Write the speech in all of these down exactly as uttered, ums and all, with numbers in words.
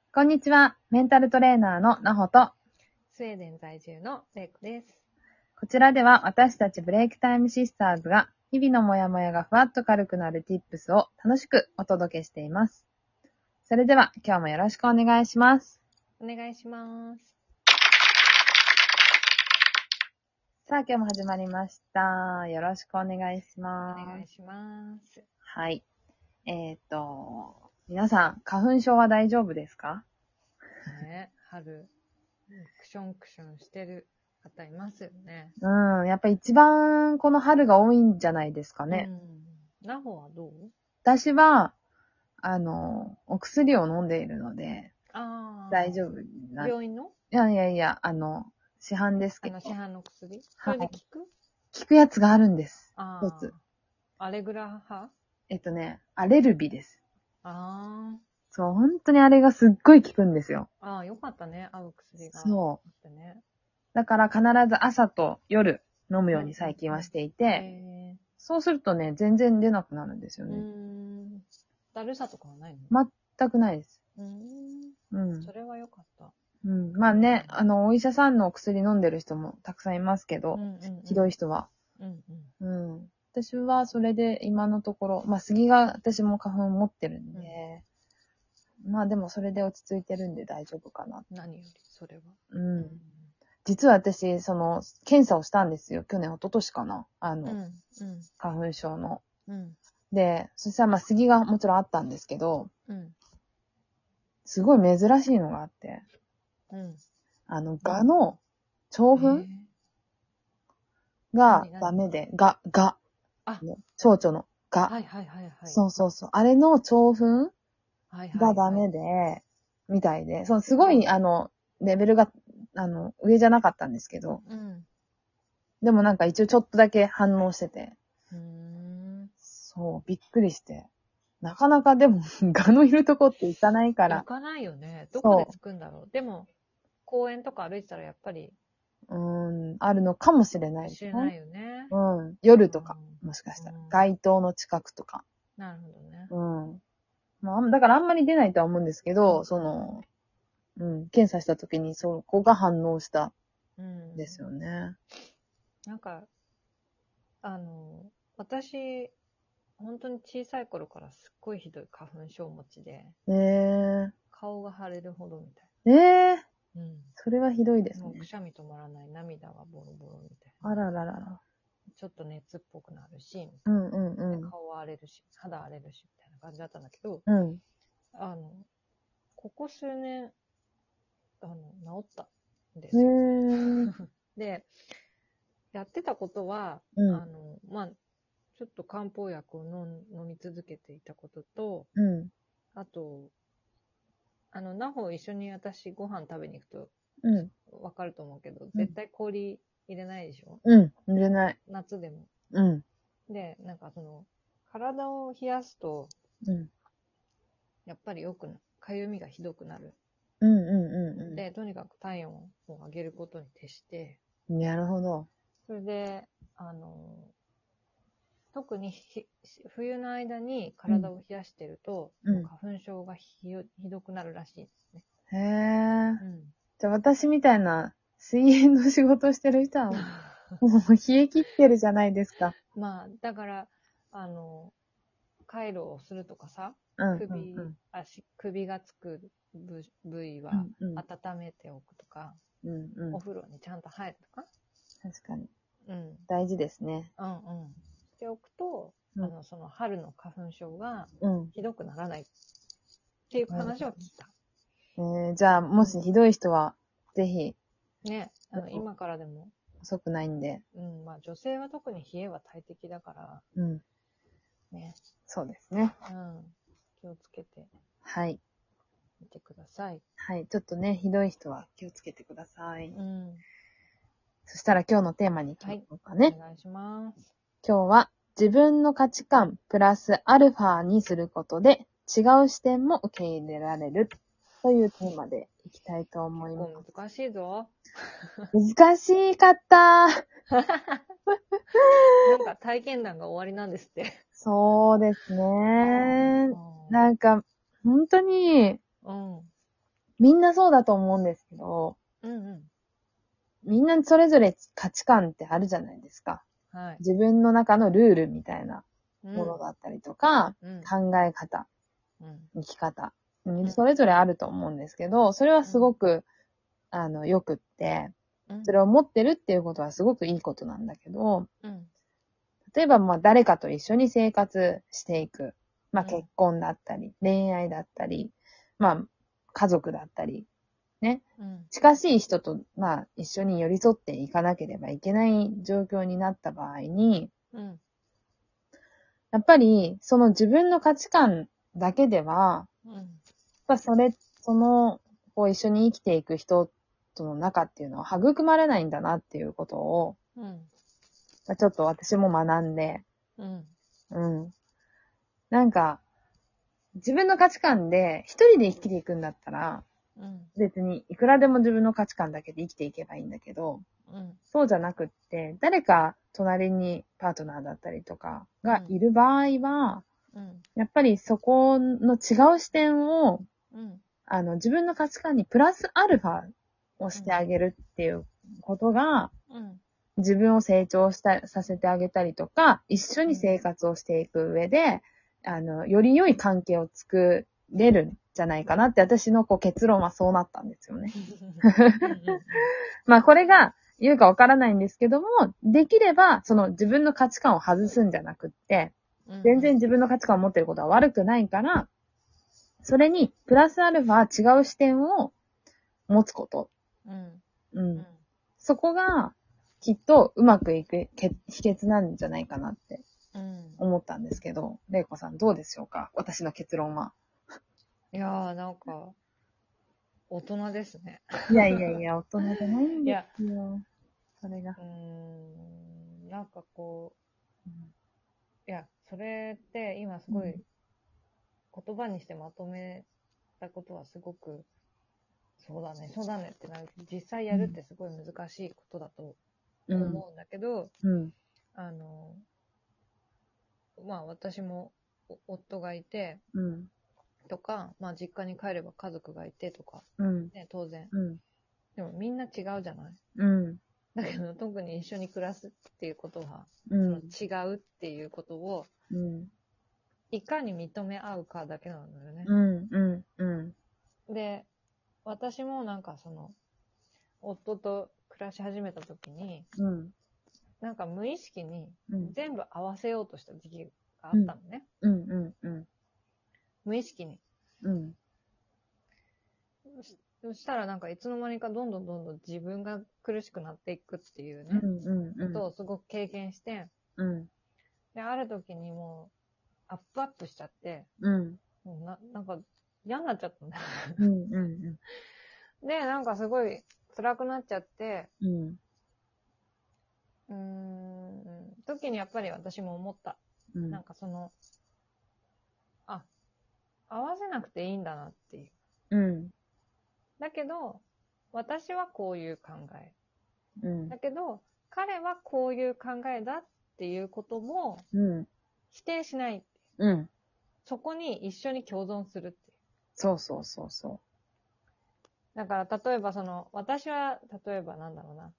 こんにちは。メンタルトレーナーのなほと、 スウェーデン在住のレイコです。 こちらでは私たちブレイクタイムシスターズが日々のモヤモヤがふわっと軽くなる Tips を楽しくお届けしています。それでは今日もよろしくお願いします。 お願いします。 さあ今日も始まりました。よろしくお願いします。 お願いします。 はい。えっと、皆さん花粉症は大丈夫ですか？ ね、春、クションクションしてる方いますよね。 うん、やっぱ一番この春が多いんじゃないですかね。 うん。なほはどう？ 私は、あの、お薬を飲んでいるので、 ああ。 大丈夫な。い病院の？ やいやいや、あの、市販ですけど。 あの市販の薬？ はい。 それで効く？ 効くやつがあるんです。 あ一つ。 あ。アレグラ派？ えっとね、アレルビです。 あそう、本当にあれがすっごい効くんですよ。 あ。ああ、よかったね。合う薬が。 そう。 あってね。 だから必ず朝と夜飲むように最近はしていて、 へそうするとね、全然出なくなるんですよーうーね。 ん。だるさとかはないの？ 全くないです。 うーん。 うん。 それはよかった。 うん。まあね、あの、お医者さんのお薬飲んでる人もたくさんいますけど、 うんうんうん、 ひどい人は。 うんうん。 うん。私はそれで今のところ、まあ杉が私も花粉持ってるんで、うん、まあでもそれで落ち着いてるんで大丈夫かな。 何より、それは。 うん。実は私、その、検査をしたんですよ。去年、一昨年かな。あの、 うん。うん。 花粉症の。 うん。 で、そしたらまあ杉がもちろんあったんですけど、 うん。 すごい珍しいのがあって、 うん。 あの、蛾の蝶粉がダメで、蛾、蛾。 あ、 蝶々の蛾。 はいはいはいはい。 そうそうそう。あれの蝶粉はいはいはいがダメで、みたいで、そのすごい、あの、レベルが、あの、上じゃなかったんですけど、 うん。 でもなんか一応ちょっとだけ反応してて、 うーん。 そう、びっくりして。なかなかでも、蛾のいるとこって行かないから。 行かないよね。どこでそ着くんだろう。でも、公園とか歩いてたらやっぱり、 う。うーん、あるのかもしれないですね。 知れないよね。 うん。夜とか、 うんもしかしたら。 うん街灯の近くとか。 なるほどね。 うん。まあ、だからあんまり出ないとは思うんですけど、その、うん、検査した時にそこが反応したうんんですよね。 なんか、あの、私、本当に小さい頃からすっごいひどい花粉症持ちで、 えー、 顔が腫れるほどみたいえー、 な。うん。 それはひどいですもうくね。 しゃみ止まらない、涙がボロボロみたいあな。 らららら。 ちょっと熱っぽくなるし、 うんうんうん。 顔は荒れるし、肌荒れるし、みたいな感じだったんだけど、 うん。 あの、ここ数年、あの、治ったんでへすよ。 ー。 で、やってたことは、 うん。 あの、まあ、ちょっと漢方薬を飲ん飲み続けていたことと、 うん。 あと、あの、那覇一緒に私ご飯食べに行くとうん。 わかると思うけど、 うん絶対氷入れないでしょ？ うん。入れない。 夏でも。 うん。 で、なんかその、体を冷やすと、 うん。 やっぱりよくな、かゆみがひどくなる。 うんうんうんで、とにかく体温を上げることに徹して、 うん。なるほど。 それで、あの、特にひ冬の間に体を冷やしてると、 うん、 花粉症がひひどくなるらしいですね。 へえ。 うん。 じゃあ私みたいな水泳の仕事してる人はもう冷え切ってるじゃないですか。 まあ、だから、あの、回路をするとかさ、 うんうんう首、 ん。 足、首がつく部部位はうんうん。 温めておくとか、 うんうん。 お風呂にちゃんと入るとか、 確かに。 うん。 大事ですね。 うんうん。しておくと、 うん。 あの、その春の花粉症がうん。 ひどくならないっていう話を聞いた。 えー、じゃあ、もしひどい人は、ぜひ、 ね、あの、今からでも、 遅くないんで。 うん、まあ女性は特に冷えは大敵だから、 うん。 ね、 そうですね。 うん、気をつけてはい。 みてください。 はい。ちょっとね、ひどい人は気をつけてください。 うん。 そしたら今日のテーマに行きましょうかね。 お願いします。 今日は自分の価値観プラスアルファにすることで違う視点も受け入れられるというテーマでいきたいと思います。 結構難しいぞ。 難しかった。 なんか体験談が終わりなんですって。 そうですね。なんか、本当に、 うん。 みんなそうだと思うんですけど、 うんうん。 みんなそれぞれ価値観ってあるじゃないですか。 はい。 自分の中のルールみたいなうんものだったりとか、 うん考え方、 うん生き方、 んそれぞれあると思うんですけど、それはすごく、あの、良くって、 うんそれを持ってるっていうことはすごくいいことなんだけど、 うん例えば、まあ、誰かと一緒に生活していく。まあ、 うん結婚だったり、恋愛だったり、まあ、家族だったり、ね。 うん近しい人と、まあ、一緒に寄り添っていかなければいけない状況になった場合に、 うんやっぱり、その自分の価値観だけでは、 うんやっぱそれ、その、こう一緒に生きていく人との中っていうのは育まれないんだなっていうことを、 うんまあちょっと私も学んで、 うんうん。なんか、自分の価値観で一人で生きていくんだったら、 うん別にいくらでも自分の価値観だけで生きていけばいいんだけど、 うんそうじゃなくって、誰か隣にパートナーだったりとかがいる場合は、 うんやっぱりそこの違う視点を、 うんあの、自分の価値観にプラスアルファをしてあげるっていうことが、 うん自分を成長したさせてあげたりとか、一緒に生活をしていく上で、あの、より良い関係を作れるんじゃないかなって、私のこう結論はそうなったんですよね。まあこれが言うかわからないんですけども、できれば、その自分の価値観を外すんじゃなくって、全然自分の価値観を持ってることは悪くないから、それにプラスアルファ違う視点を持つこと。 うんう。 うんんそこが、きっとうまくいくけ秘訣なんじゃないかなってうん思ったんですけど、れいこさんどうでしょうか？私の結論は。 いやーなんか大人ですね。 いやいやいや、大人じゃないんでいやすよ。それがうー。んなんかこういやそれって今すごい言葉にしてまとめたことはすごくそうだねそうだねってなる実際やるってすごい難しいことだとうん。 思うんだけど、 うん。 あのまあ私もお夫がいてうん。 とか、まあ実家に帰れば家族がいてとか、 うん。 ね、当然。 うん。 でもみんな違うじゃないうん。 だけど特に一緒に暮らすっていうことは、 うん。 その違うっていうことをうん。 いかに認め合うかだけなのよね。 うん。うん。うん。 で、私もなんかその、夫と暮らし始めた時に、 うん。 なんか無意識にうん。 全部合わせようとした時期があったのね。 うん。うん。うん。 無意識に。 うん。 そしたらなんかいつの間にかどんどんどんどん自分が苦しくなっていくっていうね、 うん。うん。 ことをすごく経験して、 うん。 で、ある時にもうアップアップしちゃって、 うん。 もうななんか嫌になっちゃったんだよ。 うん。うん。 で、なんかすごい辛くなっちゃって、 うん。 うーん、時にやっぱり私も思った。 うん。 なんかその、あ、合わせなくていいんだなっていう。 うん。 だけど、私はこういう考え。 うん。 だけど、彼はこういう考えだっていうこともうん。 否定しない。 うん。 そこに一緒に共存するっていう。 そうそうそうそだから例えばその、私は例えばなんだろうな。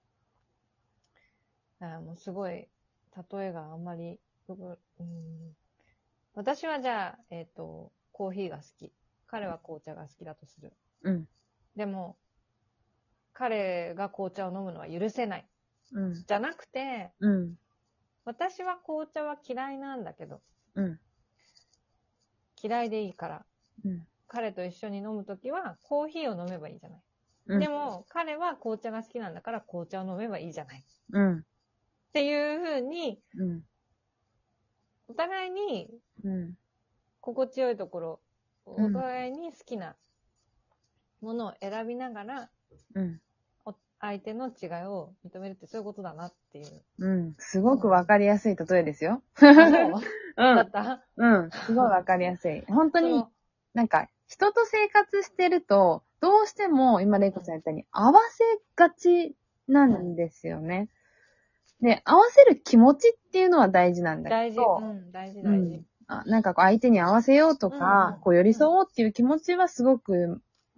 あもうすごい、例えがあんまり、うん私はじゃあ、えっと、コーヒーが好き。彼は紅茶が好きだとする。 う。うん。 でも、彼が紅茶を飲むのは許せない。 うん。 じゃなくて、 うん。 私は紅茶は嫌いなんだけど、 うん。 嫌いでいいから、 うん。 彼と一緒に飲むときはコーヒーを飲めばいいじゃない。 うん。 でも、彼は紅茶が好きなんだから紅茶を飲めばいいじゃない。っうん。 ていうふうに、 うん。 お互いにうん。 心地よいところ、 うんお互いに好きなものを選びながら、 うん。 お相手の違いを認めるってそういうことだなっていう。 うん。すごくわかりやすい例えですよ。 あ、そううん。 だったうん。すごいわかりやすい。本当にその、 なんか、人と生活してると、どうしても、今、レイコさん言ったように、合わせがちなんですよね。で、合わせる気持ちっていうのは大事なんだ大事。 けど、 うん、大事う大事。 ん。あ、なんかこう、相手に合わせようとか、 うんこう、寄り添おうっていう気持ちはすごく、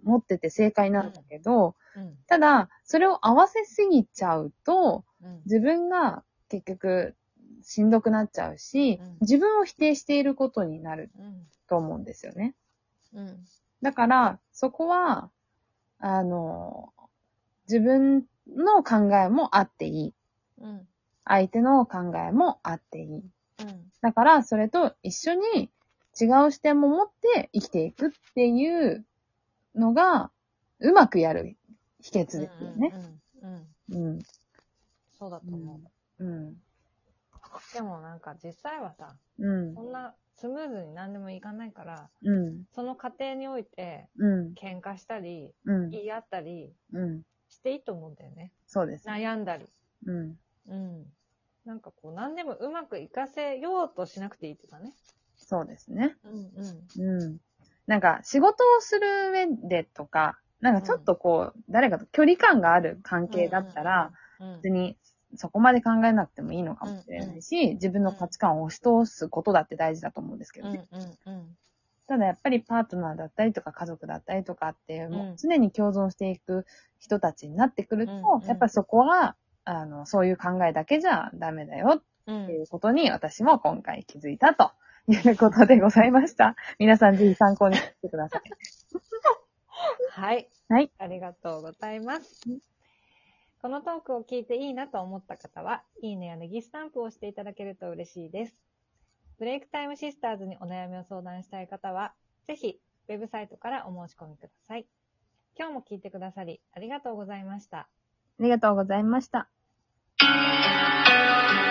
持ってて正解なんだけど、 うんただ、それを合わせすぎちゃうと、 うん自分が結局しんどくなっちゃうし、 うん自分を否定していることになるうんと思うんですよね。 うんだから、そこは、あの、自分の考えもあっていい。 うん相手の考えもあっていい。 うんだから、それと一緒に違う視点も持って生きていくっていうのが、うまくやる秘訣ですよね。 うんうんうんうん。 そうだと思う。 うん。 でもなんか実際はさ、 うんそ。んなスムーズに何でもいかないから、 うん。 その過程においてうん。 喧嘩したり、 うん。 言い合ったりうん。 していいと思うんだよね。 そうです。 悩んだり。 うん。 うん。なんかこう何でもうまくいかせようとしなくていいっていうかね。 そうですね。 うんうん。 うん。なんか、仕事をする上でとか、なんかちょっとこう、誰かと距離感がある関係だったら、 うんうん別にそこまで考えなくてもいいのかもしれないし、自分の価値観を押し通すことだって大事だと思うんですけどね。 うんうんうんただやっぱりパートナーだったりとか家族だったりとかっていう、もうんう常に共存していく人たちになってくると、 うんうんやっぱりそこは、あの、そういう考えだけじゃダメだようんっていうことに私も今回気づいたということでございました。皆さんぜひ参考にしてください。 はい。 はい。 ありがとうございます。このトークを聞いていいなと思った方は、いいねやネギスタンプをしていただけると嬉しいです。ブレイクタイムシスターズにお悩みを相談したい方は、ぜひ、ウェブサイトからお申し込みください。今日も聞いてくださり、ありがとうございました。 ありがとうございました。